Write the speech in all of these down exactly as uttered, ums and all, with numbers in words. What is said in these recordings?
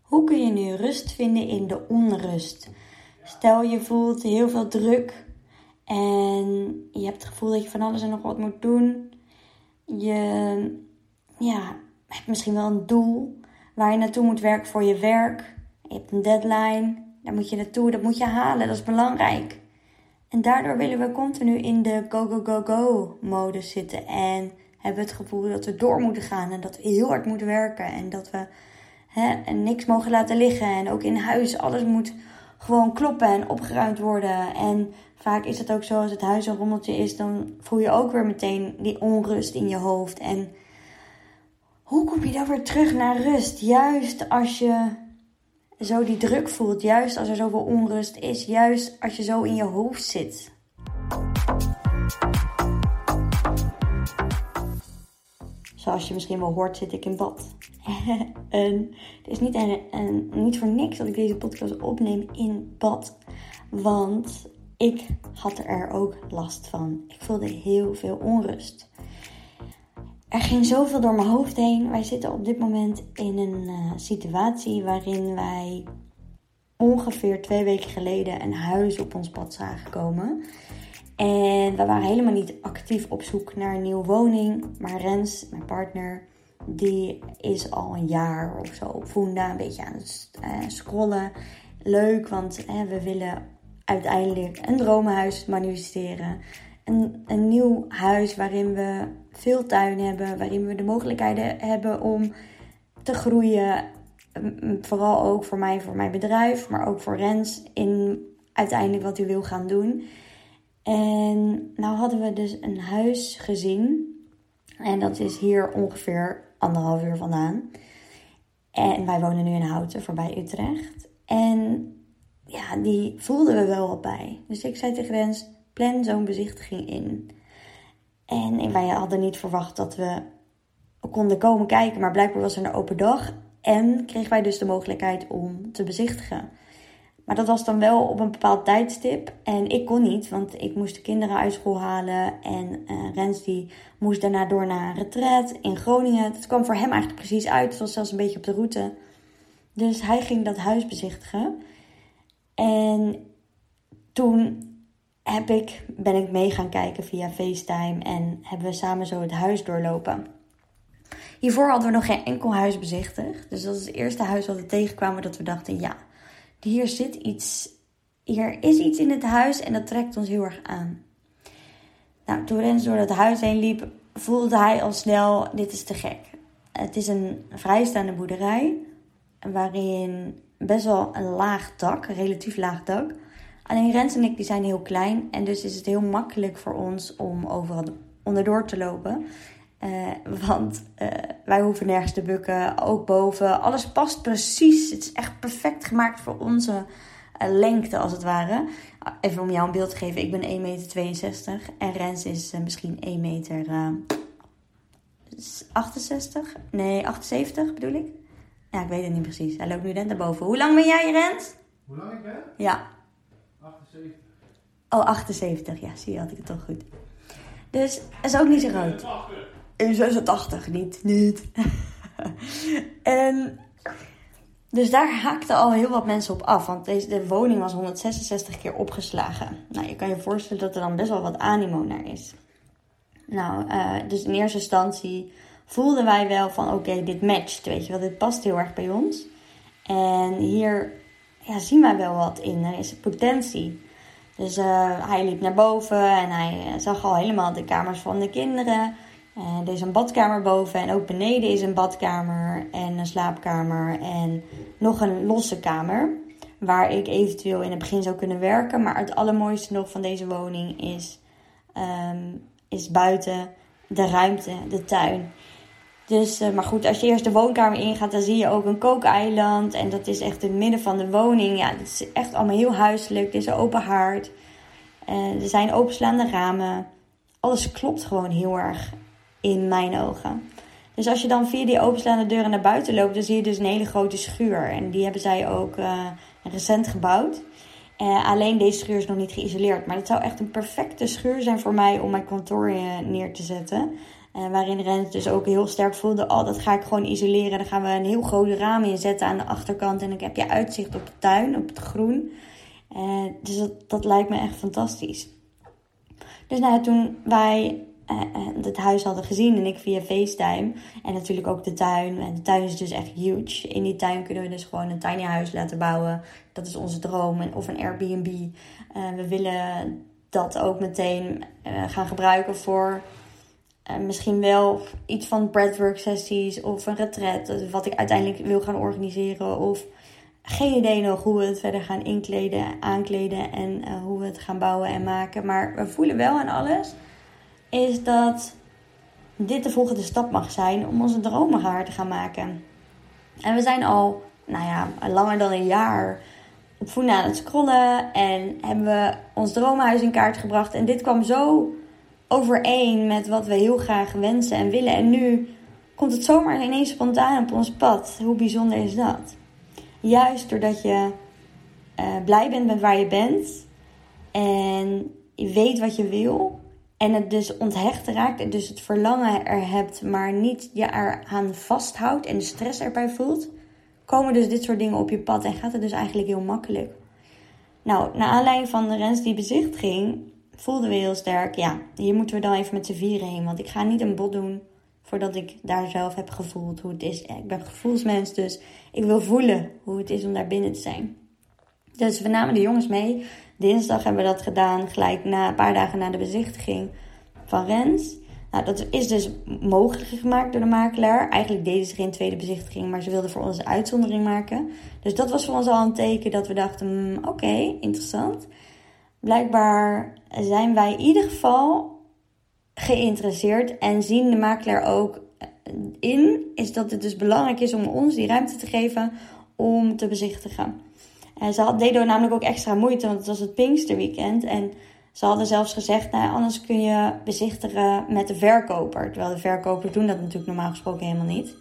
Hoe kun je nu rust vinden in de onrust? Stel je voelt heel veel druk en je hebt het gevoel dat je van alles en nog wat moet doen. Je ja, hebt misschien wel een doel waar je naartoe moet werken voor je werk. Je hebt een deadline, daar moet je naartoe, dat moet je halen, dat is belangrijk. En daardoor willen we continu in de go, go, go, go modus zitten. En hebben we het gevoel dat we door moeten gaan en dat we heel hard moeten werken. En dat we hè, niks mogen laten liggen. En ook in huis, alles moet gewoon kloppen en opgeruimd worden. En vaak is het ook zo, als het huis een rommeltje is, dan voel je ook weer meteen die onrust in je hoofd. En hoe kom je dan weer terug naar rust? Juist als je zo die druk voelt, juist als er zoveel onrust is, juist als je zo in je hoofd zit. Zoals je misschien wel hoort, zit ik in bad. En het is niet, een, een, niet voor niks dat ik deze podcast opneem in bad. Want ik had er ook last van. Ik voelde heel veel onrust. Er ging zoveel door mijn hoofd heen. Wij zitten op dit moment in een uh, situatie waarin wij ongeveer twee weken geleden een huis op ons pad zagen komen. En we waren helemaal niet actief op zoek naar een nieuwe woning. Maar Rens, mijn partner, die is al een jaar of zo op Funda een beetje aan het uh, scrollen. Leuk, want uh, we willen uiteindelijk een droomhuis manifesteren. Een, een nieuw huis waarin we veel tuin hebben. Waarin we de mogelijkheden hebben om te groeien. Vooral ook voor mij, voor mijn bedrijf. Maar ook voor Rens in uiteindelijk wat hij wil gaan doen. En nou hadden we dus een huis gezien. En dat is hier ongeveer anderhalf uur vandaan. En wij wonen nu in Houten, voorbij Utrecht. En ja, die voelden we wel wat bij. Dus ik zei tegen Rens, plan zo'n bezichtiging in. En wij hadden niet verwacht dat we konden komen kijken. Maar blijkbaar was er een open dag. En kregen wij dus de mogelijkheid om te bezichtigen. Maar dat was dan wel op een bepaald tijdstip. En ik kon niet, want ik moest de kinderen uit school halen. En uh, Rens die moest daarna door naar een retreat in Groningen. Het kwam voor hem eigenlijk precies uit. Het was zelfs een beetje op de route. Dus hij ging dat huis bezichtigen. En toen heb ik, ben ik mee gaan kijken via FaceTime. En hebben we samen zo het huis doorlopen. Hiervoor hadden we nog geen enkel huis bezichtigd. Dus dat is het eerste huis wat we tegenkwamen dat we dachten, ja, hier zit iets, hier is iets in het huis en dat trekt ons heel erg aan. Nou, toen Rens door het huis heen liep, voelde hij al snel, dit is te gek. Het is een vrijstaande boerderij, waarin best wel een laag dak, een relatief laag dak. Alleen Rens en ik die zijn heel klein en dus is het heel makkelijk voor ons om overal onderdoor te lopen. Uh, want uh, wij hoeven nergens te bukken, ook boven. Alles past precies. Het is echt perfect gemaakt voor onze uh, lengte als het ware. Even om jou een beeld te geven. Ik ben één komma tweeënzestig meter. En Rens is uh, misschien één meter achtenzestig. Nee, achtenzeventig bedoel ik. Ja, ik weet het niet precies. Hij loopt nu net naar boven. Hoe lang ben jij, Rens? Hoe lang ik ben? Ja. achtenzeventig. Oh, achtenzeventig. Ja, zie je, had ik het toch goed. Dus het is ook niet zo groot. In zesentachtig, niet, niet. En dus daar haakten al heel wat mensen op af. Want deze, de woning was honderdzesenzestig keer opgeslagen. Nou, je kan je voorstellen dat er dan best wel wat animo naar is. Nou, uh, dus in eerste instantie voelden wij wel van, oké, okay, dit matcht, weet je wel. Dit past heel erg bij ons. En hier ja, zien wij wel wat in. Er is potentie. Dus uh, hij liep naar boven en hij zag al helemaal de kamers van de kinderen. Uh, er is een badkamer boven en ook beneden is een badkamer en een slaapkamer en nog een losse kamer. Waar ik eventueel in het begin zou kunnen werken. Maar het allermooiste nog van deze woning is, um, is buiten de ruimte, de tuin. Dus, uh, maar goed, als je eerst de woonkamer ingaat, dan zie je ook een kookeiland. En dat is echt in het midden van de woning. Ja, het is echt allemaal heel huiselijk. Er is een open haard. Uh, er zijn openslaande ramen. Alles klopt gewoon heel erg in mijn ogen. Dus als je dan via die openslaande deuren naar buiten loopt, dan zie je dus een hele grote schuur. En die hebben zij ook uh, recent gebouwd. Uh, alleen deze schuur is nog niet geïsoleerd. Maar het zou echt een perfecte schuur zijn voor mij om mijn kantoor uh, neer te zetten. Uh, waarin Rens dus ook heel sterk voelde, oh, dat ga ik gewoon isoleren. Dan gaan we een heel groot raam inzetten aan de achterkant. En dan heb je uitzicht op de tuin, op het groen. Uh, dus dat, dat lijkt me echt fantastisch. Dus nou, toen wij uh, uh, het huis hadden gezien en ik via FaceTime. En natuurlijk ook de tuin. En de tuin is dus echt huge. In die tuin kunnen we dus gewoon een tiny huis laten bouwen. Dat is onze droom. Of een Airbnb. Uh, we willen dat ook meteen uh, gaan gebruiken voor uh, misschien wel iets van breathwork sessies of een retreat. Wat ik uiteindelijk wil gaan organiseren. Of geen idee nog hoe we het verder gaan inkleden, aankleden en uh, hoe we het gaan bouwen en maken. Maar we voelen wel aan alles is dat dit de volgende stap mag zijn om onze dromen waar te gaan maken. En we zijn al, nou ja, langer dan een jaar op Funda aan het scrollen en hebben we ons dromenhuis in kaart gebracht. En dit kwam zo overeen met wat we heel graag wensen en willen. En nu komt het zomaar ineens spontaan op ons pad. Hoe bijzonder is dat? Juist doordat je uh, blij bent met waar je bent. En je weet wat je wil. En het dus onthecht raakt. En dus het verlangen er hebt. Maar niet je eraan vasthoudt. En de stress erbij voelt. Komen dus dit soort dingen op je pad. En gaat het dus eigenlijk heel makkelijk. Nou, naar aanleiding van de Rens die bezichtiging. Voelden we heel sterk. Ja, hier moeten we dan even met z'n vieren heen. Want ik ga niet een bod doen. Voordat ik daar zelf heb gevoeld hoe het is. Ik ben een gevoelsmens, dus ik wil voelen hoe het is om daar binnen te zijn. Dus we namen de jongens mee. Dinsdag hebben we dat gedaan, gelijk na, een paar dagen na de bezichtiging van Rens. Nou, dat is dus mogelijk gemaakt door de makelaar. Eigenlijk deden ze geen tweede bezichtiging, maar ze wilden voor ons een uitzondering maken. Dus dat was voor ons al een teken dat we dachten, hmm, oké, okay, interessant. Blijkbaar zijn wij in ieder geval geïnteresseerd en zien de makelaar ook in, is dat het dus belangrijk is om ons die ruimte te geven om te bezichtigen. En ze had, deden namelijk ook extra moeite, want het was het Pinksterweekend. En ze hadden zelfs gezegd, nou, anders kun je bezichtigen met de verkoper. Terwijl de verkoper doen dat natuurlijk normaal gesproken helemaal niet.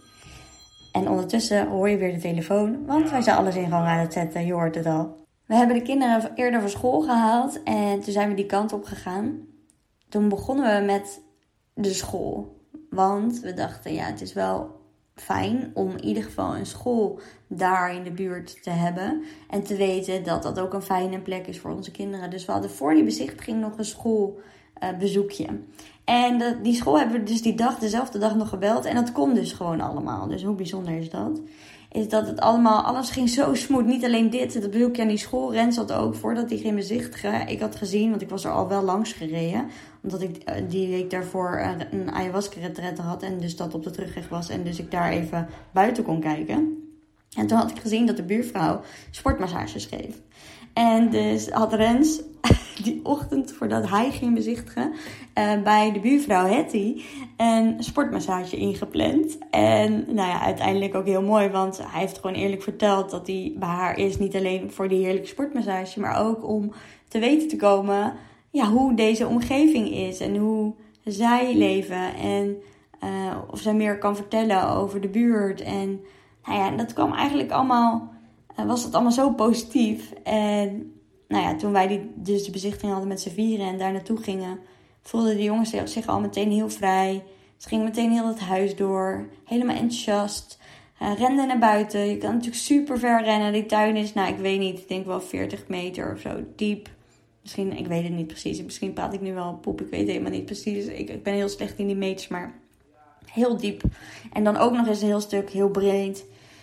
En ondertussen hoor je weer de telefoon, want wij zijn alles in gang aan het zetten, je hoort het al. We hebben de kinderen eerder van school gehaald en toen zijn we die kant op gegaan. Toen begonnen we met de school. Want we dachten, ja, het is wel fijn om in ieder geval een school daar in de buurt te hebben. En te weten dat dat ook een fijne plek is voor onze kinderen. Dus we hadden voor die bezichtiging nog een schoolbezoekje. Uh, en de, die school hebben we dus die dag, dezelfde dag nog gebeld. En dat kon dus gewoon allemaal. Dus hoe bijzonder is dat? Is dat het allemaal, alles ging zo smooth. Niet alleen dit, dat bezoekje aan die school. Rens had ook, voordat hij ging bezichtigen. Ik had gezien, want ik was er al wel langs gereden. Omdat ik die week daarvoor een ayahuasca-retreat had. En dus dat op de terugweg was. En dus ik daar even buiten kon kijken. En toen had ik gezien dat de buurvrouw sportmassages geeft. En dus had Rens die ochtend voordat hij ging bezichtigen uh, bij de buurvrouw Hetty een sportmassage ingepland. En nou ja, uiteindelijk ook heel mooi, want hij heeft gewoon eerlijk verteld dat hij bij haar is. Niet alleen voor die heerlijke sportmassage, maar ook om te weten te komen ja, hoe deze omgeving is en hoe zij leven. En uh, of zij meer kan vertellen over de buurt. En nou ja, dat kwam eigenlijk allemaal, uh, was het allemaal zo positief. En nou ja, toen wij die, dus de bezichtiging hadden met z'n vieren en daar naartoe gingen, voelden de jongens zich al meteen heel vrij. Ze gingen meteen heel het huis door, helemaal enthousiast. Uh, renden naar buiten. Je kan natuurlijk super ver rennen. Die tuin is, nou ik weet niet, ik denk wel veertig meter of zo diep. Misschien, ik weet het niet precies. Misschien praat ik nu wel poep, ik weet helemaal niet precies. Ik, ik ben heel slecht in die meters, maar heel diep. En dan ook nog eens een heel stuk, heel breed.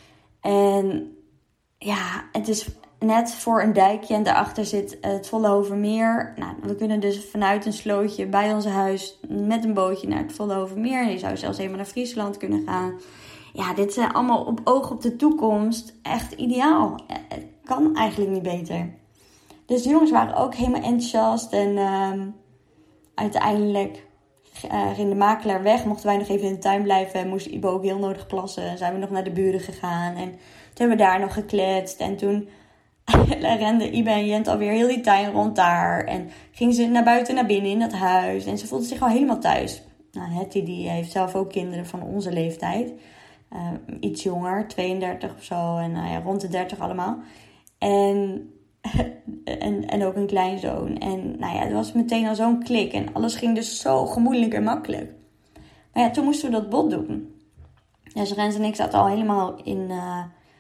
En ja, het is net voor een dijkje en daarachter zit het Vollenhovenmeer. Nou, we kunnen dus vanuit een slootje bij ons huis met een bootje naar het Vollenhovenmeer. En je zou zelfs helemaal naar Friesland kunnen gaan. Ja, dit zijn allemaal op oog op de toekomst echt ideaal. Het kan eigenlijk niet beter. Dus de jongens waren ook helemaal enthousiast. En uh, uiteindelijk uh, ging de makelaar weg. Mochten wij nog even in de tuin blijven. En moest Ibo ook heel nodig plassen. En zijn we nog naar de buren gegaan. En toen hebben we daar nog gekletst. En toen renden Ibe en Jent alweer heel die tuin rond daar. En gingen ze naar buiten naar binnen in dat huis. En ze voelden zich al helemaal thuis. Nou, Hetty die heeft zelf ook kinderen van onze leeftijd. Uh, iets jonger, tweeëndertig of zo. En uh, ja, rond de dertig allemaal. En, en, en ook een kleinzoon. En nou ja, het was meteen al zo'n klik. En alles ging dus zo gemoedelijk en makkelijk. Maar ja, toen moesten we dat bod doen. Dus Rens en ik zaten al helemaal in... Uh,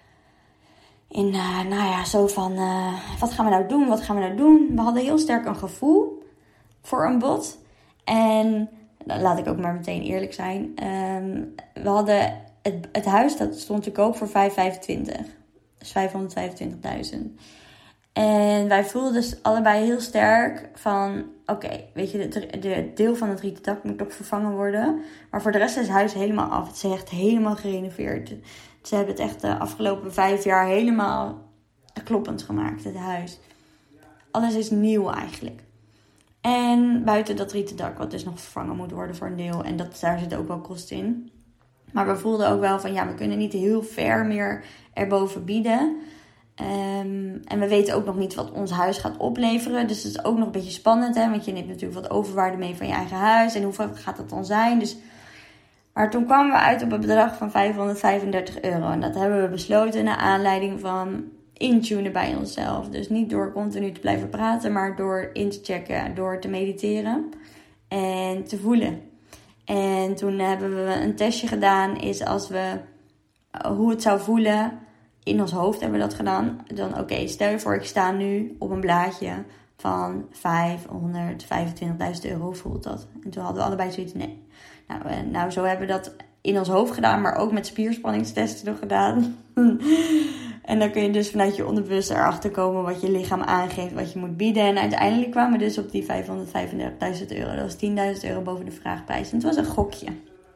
in, uh, nou ja, zo van... Uh, wat gaan we nou doen? Wat gaan we nou doen? We hadden heel sterk een gevoel voor een bod. En... laat ik ook maar meteen eerlijk zijn. Um, we hadden het, het huis dat stond te koop voor vijfhonderdvijfentwintig. Dus vijfhonderdvijfentwintigduizend. En wij voelden dus allebei heel sterk van... Oké, okay, weet je, de, de deel van het rieten dak moet ook vervangen worden. Maar voor de rest is het huis helemaal af. Het is echt helemaal gerenoveerd. Ze hebben het echt de afgelopen vijf jaar helemaal kloppend gemaakt, het huis. Alles is nieuw eigenlijk. En buiten dat rieten dak, wat dus nog vervangen moet worden voor een deel. En dat, daar zit ook wel kosten in. Maar we voelden ook wel van, ja, we kunnen niet heel ver meer erboven bieden. Um, en we weten ook nog niet wat ons huis gaat opleveren. Dus dat is ook nog een beetje spannend, hè. Want je neemt natuurlijk wat overwaarde mee van je eigen huis. En hoeveel gaat dat dan zijn? Dus... Maar toen kwamen we uit op een bedrag van vijfhonderdvijfendertig euro. En dat hebben we besloten naar aanleiding van... intunen bij onszelf. Dus niet door continu te blijven praten, maar door in te checken, door te mediteren en te voelen. En toen hebben we een testje gedaan, is als we hoe het zou voelen, in ons hoofd hebben we dat gedaan. Dan oké, okay, stel je voor ik sta nu op een blaadje van vijfhonderdvijfentwintigduizend euro, hoe voelt dat? En toen hadden we allebei zoiets, nee. Nou, nou, zo hebben we dat in ons hoofd gedaan, maar ook met spierspanningstesten nog gedaan. En dan kun je dus vanuit je onderbewust erachter komen wat je lichaam aangeeft, wat je moet bieden. En uiteindelijk kwamen we dus op die vijfhonderdvijfendertigduizend euro. Dat was tienduizend euro boven de vraagprijs. En het was een gokje.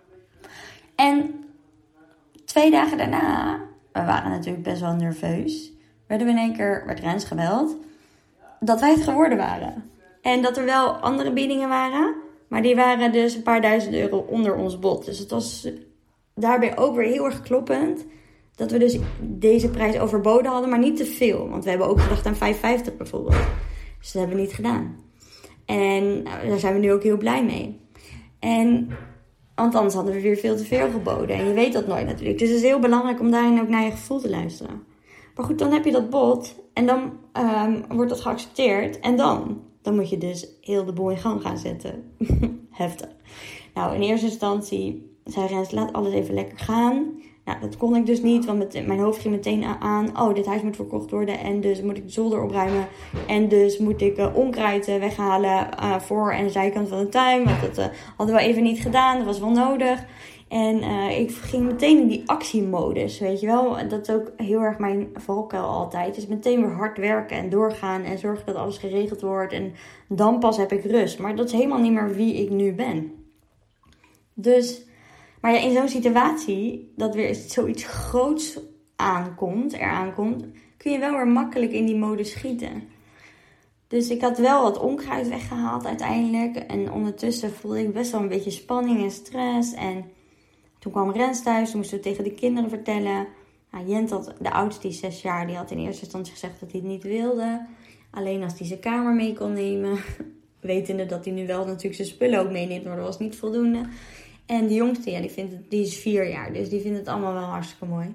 En twee dagen daarna, we waren natuurlijk best wel nerveus, werden we in één keer, werd Rens gebeld, dat wij het geworden waren. En dat er wel andere biedingen waren, maar die waren dus een paar duizend euro onder ons bod. Dus het was daarbij ook weer heel erg kloppend. Dat we dus deze prijs overboden hadden, maar niet te veel. Want we hebben ook gedacht aan vijfhonderdvijftig bijvoorbeeld. Dus dat hebben we niet gedaan. En nou, daar zijn we nu ook heel blij mee. En, want anders hadden we weer veel te veel geboden. En je weet dat nooit natuurlijk. Dus het is heel belangrijk om daarin ook naar je gevoel te luisteren. Maar goed, dan heb je dat bod. En dan um, wordt dat geaccepteerd. En dan? Dan moet je dus heel de boel in gang gaan zetten. Heftig. Nou, in eerste instantie zei Rens, laat alles even lekker gaan. Nou, dat kon ik dus niet, want met, mijn hoofd ging meteen aan, oh, dit huis moet verkocht worden en dus moet ik de zolder opruimen. En dus moet ik uh, onkruid uh, weghalen uh, voor en de zijkant van de tuin, want dat uh, hadden we even niet gedaan, dat was wel nodig. En uh, ik ging meteen in die actiemodus, weet je wel. Dat is ook heel erg mijn valkuil altijd. Dus meteen weer hard werken en doorgaan en zorgen dat alles geregeld wordt. En dan pas heb ik rust. Maar dat is helemaal niet meer wie ik nu ben. Dus... Maar ja, in zo'n situatie, dat weer zoiets groots aankomt, eraan komt, kun je wel weer makkelijk in die modus schieten. Dus ik had wel wat onkruid weggehaald uiteindelijk. En ondertussen voelde ik best wel een beetje spanning en stress. En toen kwam Rens thuis, toen moesten we tegen de kinderen vertellen. Nou, Jent had, de oudste, die zes jaar, die had in eerste instantie gezegd dat hij het niet wilde. Alleen als hij zijn kamer mee kon nemen. Wetende dat hij nu wel natuurlijk zijn spullen ook meeneemt, maar dat was niet voldoende. En de jongste, ja, die, vindt het, die is vier jaar. Dus die vindt het allemaal wel hartstikke mooi.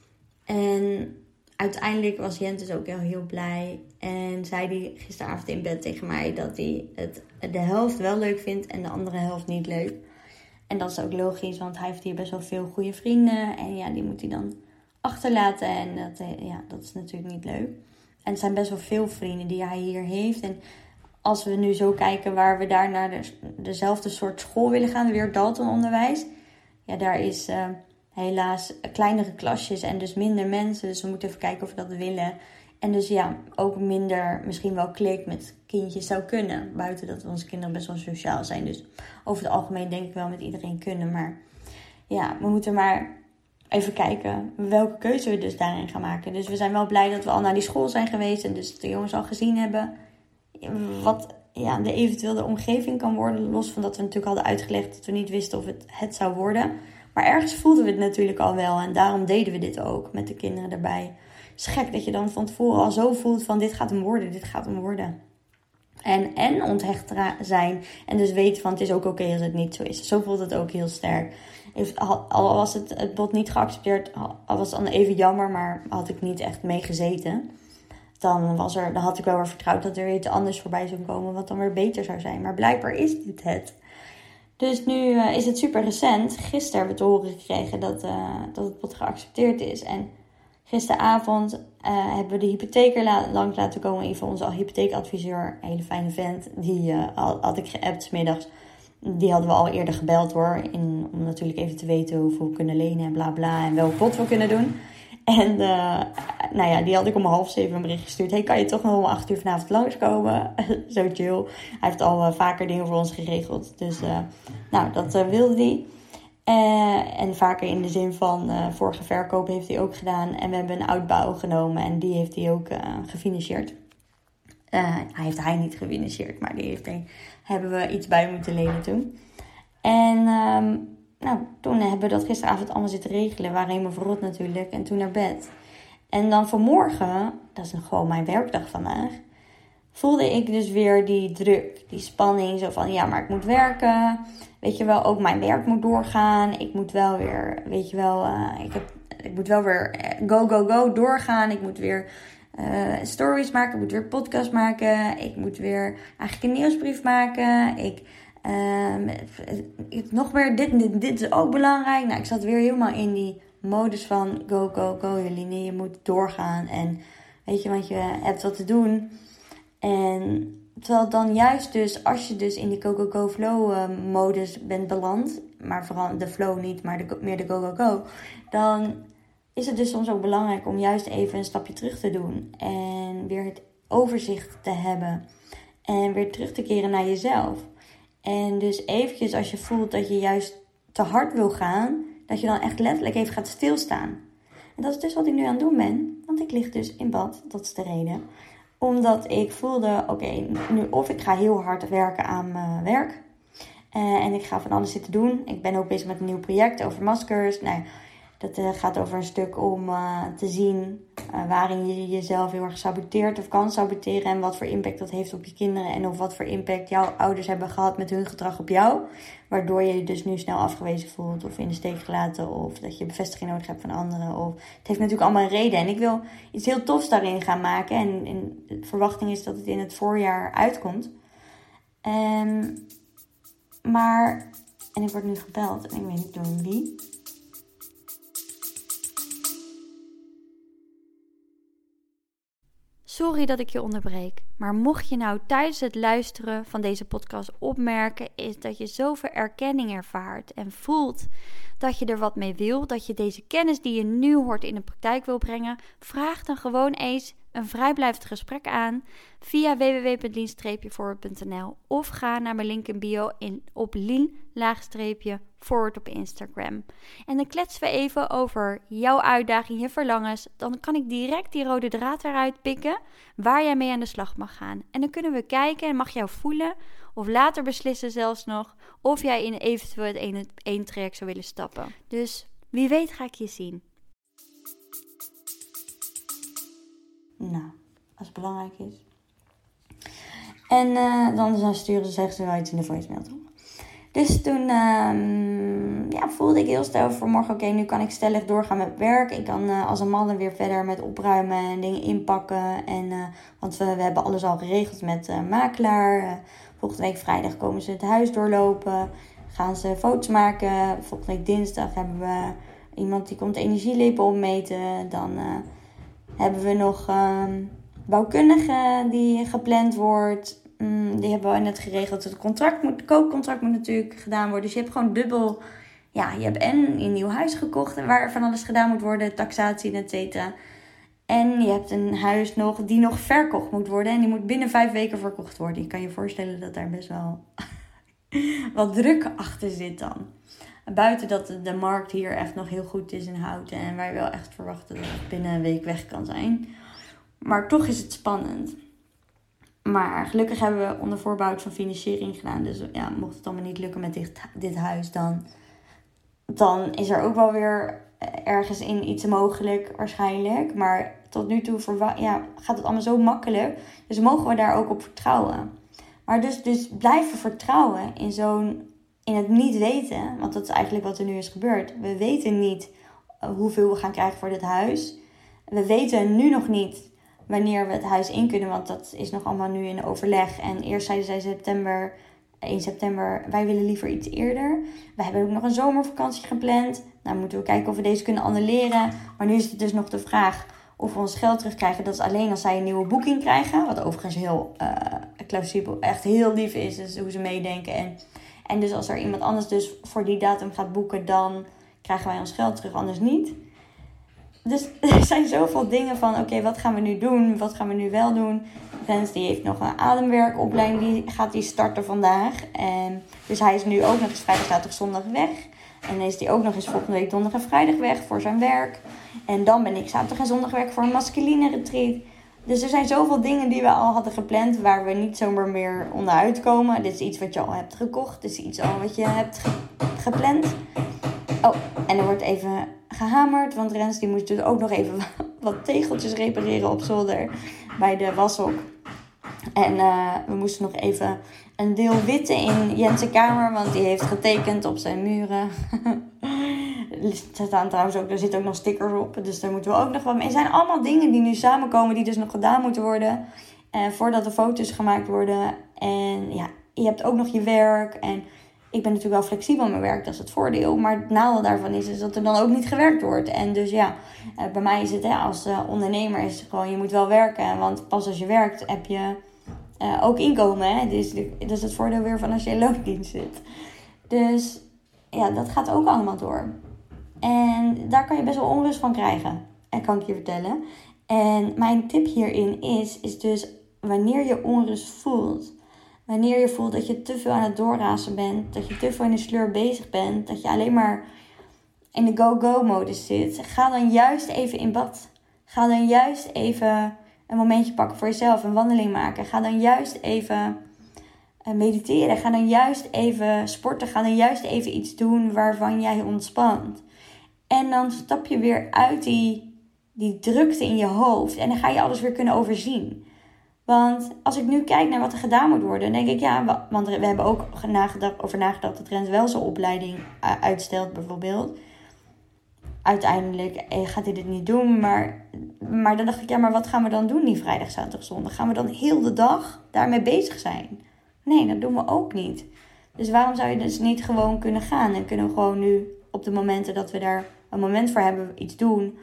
En uiteindelijk was Jent dus ook heel, heel blij. En zei hij gisteravond in bed tegen mij dat hij het de helft wel leuk vindt en de andere helft niet leuk. En dat is ook logisch, want hij heeft hier best wel veel goede vrienden. En ja, die moet hij dan achterlaten. En dat, ja, dat is natuurlijk niet leuk. En het zijn best wel veel vrienden die hij hier heeft. En als we nu zo kijken waar we daar naar de, dezelfde soort school willen gaan, weer Dalton onderwijs. Ja, daar is uh, helaas kleinere klasjes en dus minder mensen. Dus we moeten even kijken of we dat willen. En dus ja, ook minder misschien wel klik met kindjes zou kunnen. Buiten dat onze kinderen best wel sociaal zijn. Dus over het algemeen denk ik wel met iedereen kunnen. Maar ja, we moeten maar even kijken welke keuze we dus daarin gaan maken. Dus we zijn wel blij dat we al naar die school zijn geweest. En dus de jongens al gezien hebben wat ja, de eventueel de omgeving kan worden. Los van dat we natuurlijk hadden uitgelegd dat we niet wisten of het het zou worden. Maar ergens voelden we het natuurlijk al wel. En daarom deden we dit ook met de kinderen erbij. Het is gek dat je dan van tevoren al zo voelt van dit gaat hem worden, dit gaat hem worden. En, en onthecht zijn. En dus weten van het is ook oké okay als het niet zo is. Zo voelt het ook heel sterk. Al was het, het bod niet geaccepteerd, al was het dan even jammer, maar had ik niet echt mee gezeten. Dan, was er, dan had ik wel weer vertrouwd dat er iets anders voorbij zou komen wat dan weer beter zou zijn. Maar blijkbaar is dit het. Dus nu uh, is het super recent. Gisteren hebben we te horen gekregen dat, uh, dat het bod geaccepteerd is. En gisteravond uh, hebben we de hypotheker la- langs laten komen. In ieder geval onze hypotheekadviseur, een hele fijne vent. Die uh, had ik geappt 's middags. Die hadden we al eerder gebeld hoor. In, om natuurlijk even te weten hoeveel we kunnen lenen en bla bla. En welk bod we kunnen doen. En uh, nou ja, die had ik om half zeven een bericht gestuurd. Hey, kan je toch nog om acht uur vanavond langskomen? Zo chill. Hij heeft al uh, vaker dingen voor ons geregeld. Dus uh, nou, dat uh, wilde hij. Uh, en vaker in de zin van uh, vorige verkoop heeft hij ook gedaan. En we hebben een oud bouw genomen. En die heeft hij ook uh, gefinancierd. Uh, hij heeft hij niet gefinancierd. Maar die heeft hij, hebben we iets bij moeten lenen toen. En um, nou, toen hebben we dat gisteravond allemaal zitten regelen. We waren helemaal verrot natuurlijk. En toen naar bed. En dan vanmorgen, dat is gewoon mijn werkdag vandaag, voelde ik dus weer die druk, die spanning. Zo van, ja, maar ik moet werken. Weet je wel, ook mijn werk moet doorgaan. Ik moet wel weer, weet je wel, uh, ik, heb, ik moet wel weer go, go, go doorgaan. Ik moet weer uh, stories maken. Ik moet weer podcast maken. Ik moet weer eigenlijk een nieuwsbrief maken. Ik, uh, nog meer, dit, dit, dit is ook belangrijk. Nou, ik zat weer helemaal in die modus van go, go, go, Joline. Je moet doorgaan. En weet je, want je hebt wat te doen. En terwijl dan juist dus, als je dus in die go-go-go-flow uh, modus bent beland, maar vooral de flow niet, maar de, meer de go-go-go, dan is het dus soms ook belangrijk om juist even een stapje terug te doen. En weer het overzicht te hebben. En weer terug te keren naar jezelf. En dus eventjes als je voelt dat je juist te hard wil gaan, dat je dan echt letterlijk even gaat stilstaan. En dat is dus wat ik nu aan het doen ben. Want ik lig dus in bad, dat is de reden. Omdat ik voelde, oké, okay, nu of ik ga heel hard werken aan mijn werk. Uh, en ik ga van alles zitten doen. Ik ben ook bezig met een nieuw project over maskers. Nou, dat uh, gaat over een stuk om uh, te zien uh, waarin je jezelf heel erg saboteert of kan saboteren. En wat voor impact dat heeft op je kinderen. En of wat voor impact jouw ouders hebben gehad met hun gedrag op jou. Waardoor je je dus nu snel afgewezen voelt of in de steek gelaten. Of dat je bevestiging nodig hebt van anderen. Of, het heeft natuurlijk allemaal een reden. En ik wil iets heel tofs daarin gaan maken. En, en de verwachting is dat het in het voorjaar uitkomt. Um, maar, en ik word nu gebeld. En ik weet niet door wie. Sorry dat ik je onderbreek, maar mocht je nou tijdens het luisteren van deze podcast opmerken, is dat je zoveel erkenning ervaart en voelt dat je er wat mee wil, dat je deze kennis die je nu hoort in de praktijk wil brengen, vraag dan gewoon eens een vrijblijvend gesprek aan via w w w punt lien forward punt n l of ga naar mijn link in bio in, op lien-forward op Instagram. En dan kletsen we even over jouw uitdaging, je verlangens. Dan kan ik direct die rode draad eruit pikken waar jij mee aan de slag mag gaan. En dan kunnen we kijken en mag jou voelen of later beslissen zelfs nog of jij in eventueel het ene, één traject zou willen stappen. Dus wie weet ga ik je zien. Nou, als het belangrijk is. En uh, dan, dan sturen ze, zeggen ze wel iets in de voicemail toe. Dus toen um, ja, voelde ik heel snel voor morgen, oké, okay, nu kan ik stellig doorgaan met werk. Ik kan uh, als een man weer verder met opruimen en dingen inpakken. En, uh, want we, we hebben alles al geregeld met uh, makelaar. Uh, volgende week vrijdag komen ze het huis doorlopen. Gaan ze foto's maken. Volgende week dinsdag hebben we iemand die komt energielepel opmeten. Dan uh, hebben we nog uh, bouwkundige die gepland wordt. Mm, die hebben we net geregeld. Het contract moet, het koopcontract moet natuurlijk gedaan worden. Dus je hebt gewoon dubbel. Ja, je hebt en een nieuw huis gekocht waar van alles gedaan moet worden. Taxatie, et cetera. En je hebt een huis nog die nog verkocht moet worden. En die moet binnen vijf weken verkocht worden. Je kan je voorstellen dat daar best wel wat druk achter zit dan. Buiten dat de markt hier echt nog heel goed is in houten. En wij wel echt verwachten dat het binnen een week weg kan zijn. Maar toch is het spannend. Maar gelukkig hebben we onder voorbehoud van financiering gedaan. Dus ja, mocht het allemaal niet lukken met dit, dit huis, dan, dan is er ook wel weer ergens in iets mogelijk waarschijnlijk. Maar tot nu toe verwa- ja, gaat het allemaal zo makkelijk. Dus mogen we daar ook op vertrouwen. Maar dus, dus blijven vertrouwen in zo'n, in het niet weten. Want dat is eigenlijk wat er nu is gebeurd. We weten niet hoeveel we gaan krijgen voor dit huis. We weten nu nog niet wanneer we het huis in kunnen, want dat is nog allemaal nu in overleg. En eerst zeiden zij september in september, wij willen liever iets eerder. We hebben ook nog een zomervakantie gepland. Nou moeten we kijken of we deze kunnen annuleren. Maar nu is het dus nog de vraag of we ons geld terugkrijgen. Dat is alleen als zij een nieuwe boeking krijgen. Wat overigens heel uh, plausibel, echt heel lief is. Dus hoe ze meedenken. En, en dus als er iemand anders dus voor die datum gaat boeken, dan krijgen wij ons geld terug, anders niet. Dus er zijn zoveel dingen van, oké, okay, wat gaan we nu doen? Wat gaan we nu wel doen? Rens die heeft nog een ademwerkopleiding, die gaat die starten vandaag. En dus hij is nu ook nog eens vrijdag, zaterdag, zondag weg. En dan is hij ook nog eens volgende week donderdag en vrijdag weg voor zijn werk. En dan ben ik zaterdag en zondag weg voor een masculine retreat. Dus er zijn zoveel dingen die we al hadden gepland, waar we niet zomaar meer onderuit komen. Dit is iets wat je al hebt gekocht. Dit is iets al wat je hebt ge- gepland. Oh, en er wordt even gehamerd, want Rens die moest dus ook nog even wat tegeltjes repareren op zolder bij de washok. En uh, we moesten nog even een deel witten in Jens' kamer, want die heeft getekend op zijn muren. Er staan trouwens ook, er zitten ook nog stickers op, dus daar moeten we ook nog wat mee. Er zijn allemaal dingen die nu samenkomen, die dus nog gedaan moeten worden. Uh, voordat de foto's gemaakt worden. En ja, je hebt ook nog je werk. En ik ben natuurlijk wel flexibel in mijn werk, dat is het voordeel. Maar het nadeel daarvan is, is dat er dan ook niet gewerkt wordt. En dus ja, uh, bij mij is het hè, als uh, ondernemer is het gewoon, je moet wel werken. Want pas als je werkt heb je uh, ook inkomen. Hè? Dus dat is het voordeel weer van als je in loondienst zit. Dus ja, dat gaat ook allemaal door. En daar kan je best wel onrust van krijgen. En kan ik je vertellen. En mijn tip hierin is, is dus wanneer je onrust voelt. Wanneer je voelt dat je te veel aan het doorrazen bent. Dat je te veel in de sleur bezig bent. Dat je alleen maar in de go-go-modus zit. Ga dan juist even in bad. Ga dan juist even een momentje pakken voor jezelf. Een wandeling maken. Ga dan juist even mediteren. Ga dan juist even sporten. Ga dan juist even iets doen waarvan jij ontspant. En dan stap je weer uit die, die drukte in je hoofd. En dan ga je alles weer kunnen overzien. Want als ik nu kijk naar wat er gedaan moet worden, dan denk ik, ja, want we hebben ook nagedacht, over nagedacht dat Rens wel zijn opleiding uitstelt bijvoorbeeld. Uiteindelijk gaat hij dit niet doen, maar, maar dan dacht ik, ja, maar wat gaan we dan doen die vrijdag, zaterdag, zondag? Gaan we dan heel de dag daarmee bezig zijn? Nee, dat doen we ook niet. Dus waarom zou je dus niet gewoon kunnen gaan en kunnen we gewoon nu op de momenten dat we daar een moment voor hebben iets doen.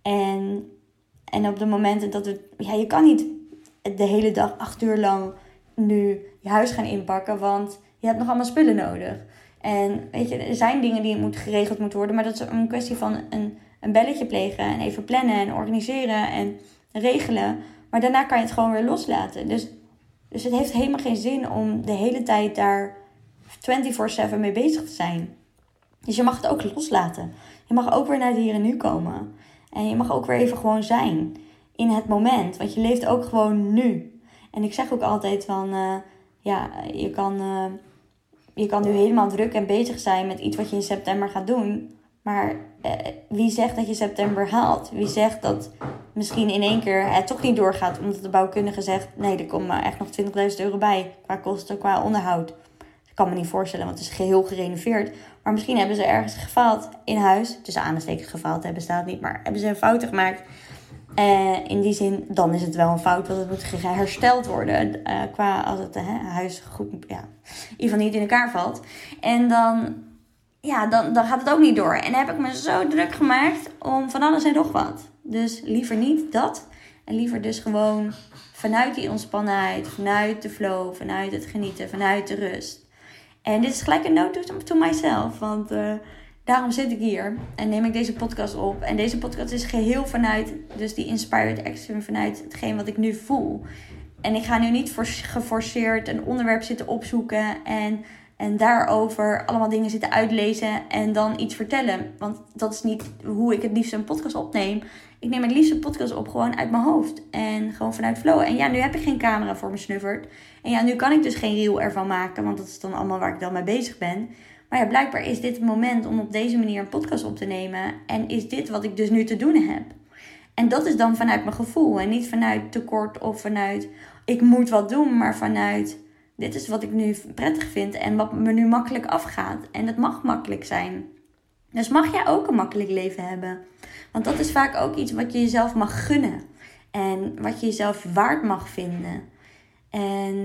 En, en op de momenten dat we, ja, je kan niet de hele dag acht uur lang nu je huis gaan inpakken, want je hebt nog allemaal spullen nodig. En weet je, er zijn dingen die moet geregeld moeten worden, maar dat is een kwestie van een, een belletje plegen en even plannen en organiseren en regelen. Maar daarna kan je het gewoon weer loslaten. Dus, dus het heeft helemaal geen zin om de hele tijd daar vierentwintig zeven mee bezig te zijn. Dus je mag het ook loslaten. Je mag ook weer naar het hier en nu komen. En je mag ook weer even gewoon zijn in het moment. Want je leeft ook gewoon nu. En ik zeg ook altijd van, uh, ja, je kan, uh, je kan nu helemaal druk en bezig zijn met iets wat je in september gaat doen. Maar uh, wie zegt dat je september haalt? Wie zegt dat misschien in één keer het toch niet doorgaat, omdat de bouwkundige zegt, nee, er komt maar echt nog twintigduizend euro bij qua kosten, qua onderhoud. Ik kan me niet voorstellen, want het is geheel gerenoveerd. Maar misschien hebben ze ergens gefaald in huis. Tussen aanstekens gefaald hebben staat niet, maar hebben ze een fout gemaakt. Uh, in die zin, dan is het wel een fout, want het moet hersteld worden. Uh, qua als het uh, huis goed, ja, in ieder geval niet in elkaar valt. En dan, ja, dan, dan gaat het ook niet door. En dan heb ik me zo druk gemaakt om van alles en nog wat. Dus liever niet dat. En liever dus gewoon vanuit die ontspannenheid, vanuit de flow, vanuit het genieten, vanuit de rust. En dit is gelijk een note to, to myself, want uh, daarom zit ik hier en neem ik deze podcast op. En deze podcast is geheel vanuit dus die inspired action, vanuit hetgeen wat ik nu voel. En ik ga nu niet voor, geforceerd een onderwerp zitten opzoeken en, en daarover allemaal dingen zitten uitlezen en dan iets vertellen. Want dat is niet hoe ik het liefst een podcast opneem. Ik neem het liefst een podcast op gewoon uit mijn hoofd en gewoon vanuit flow. En ja, nu heb ik geen camera voor me snuffert. En ja, nu kan ik dus geen reel ervan maken, want dat is dan allemaal waar ik dan mee bezig ben. Maar ja, blijkbaar is dit het moment om op deze manier een podcast op te nemen. En is dit wat ik dus nu te doen heb. En dat is dan vanuit mijn gevoel. En niet vanuit tekort of vanuit ik moet wat doen. Maar vanuit dit is wat ik nu prettig vind en wat me nu makkelijk afgaat. En het mag makkelijk zijn. Dus mag jij ook een makkelijk leven hebben. Want dat is vaak ook iets wat je jezelf mag gunnen. En wat je jezelf waard mag vinden. En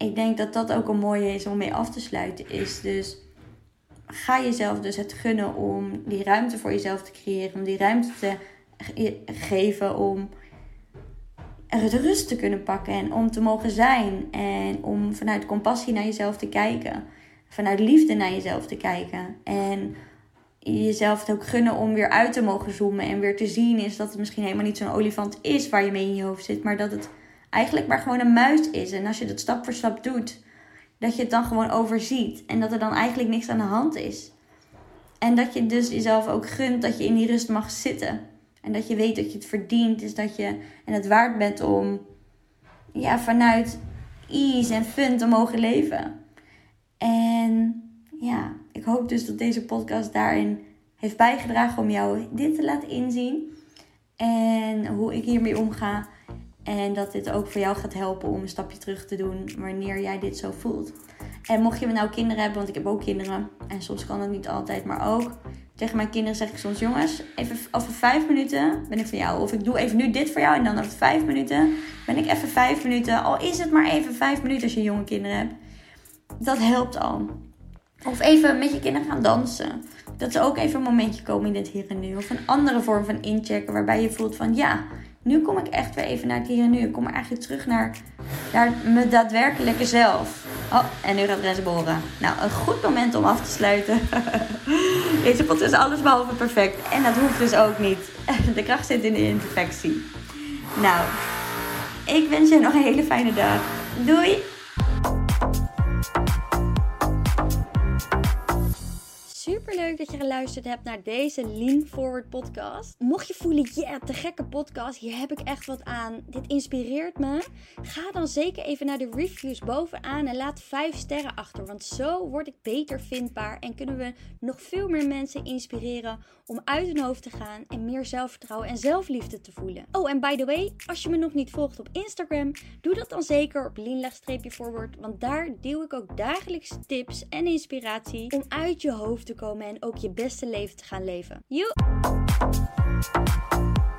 ik denk dat dat ook een mooie is om mee af te sluiten. Is dus, ga jezelf dus het gunnen om die ruimte voor jezelf te creëren. Om die ruimte te geven om de rust te kunnen pakken. En om te mogen zijn. En om vanuit compassie naar jezelf te kijken. Vanuit liefde naar jezelf te kijken. En jezelf het ook gunnen om weer uit te mogen zoomen. En weer te zien is dat het misschien helemaal niet zo'n olifant is waar je mee in je hoofd zit. Maar dat het eigenlijk maar gewoon een muis is. En als je dat stap voor stap doet, dat je het dan gewoon overziet. En dat er dan eigenlijk niks aan de hand is. En dat je dus jezelf ook gunt dat je in die rust mag zitten. En dat je weet dat je het verdient. Dus dat je en het waard bent om ja, vanuit ease en fun te mogen leven. En ja, ik hoop dus dat deze podcast daarin heeft bijgedragen om jou dit te laten inzien. En hoe ik hiermee omga. En dat dit ook voor jou gaat helpen om een stapje terug te doen wanneer jij dit zo voelt. En mocht je nou kinderen hebben, want ik heb ook kinderen. En soms kan dat niet altijd, maar ook. Tegen mijn kinderen zeg ik soms, jongens, even over vijf minuten ben ik voor jou. Of ik doe even nu dit voor jou en dan over vijf minuten ben ik even vijf minuten. Al is het maar even vijf minuten als je jonge kinderen hebt. Dat helpt al. Of even met je kinderen gaan dansen. Dat ze ook even een momentje komen in het hier en nu. Of een andere vorm van inchecken waarbij je voelt van ja, nu kom ik echt weer even naar het hier en nu. Ik kom eigenlijk terug naar, naar mijn daadwerkelijke zelf. Oh, en nu gaat Renze boren. Nou, een goed moment om af te sluiten. Deze pot is alles behalve perfect. En dat hoeft dus ook niet. De kracht zit in de imperfectie. Nou, ik wens je nog een hele fijne dag. Doei! Superleuk dat je geluisterd hebt naar deze Lean Forward podcast. Mocht je voelen, ja, yeah, te gekke podcast, hier heb ik echt wat aan. Dit inspireert me. Ga dan zeker even naar de reviews bovenaan en laat vijf sterren achter. Want zo word ik beter vindbaar en kunnen we nog veel meer mensen inspireren om uit hun hoofd te gaan en meer zelfvertrouwen en zelfliefde te voelen. Oh, en by the way, als je me nog niet volgt op Instagram, doe dat dan zeker op lean-forward. Want daar deel ik ook dagelijks tips en inspiratie om uit je hoofd te komen en ook je beste leven te gaan leven. Joe!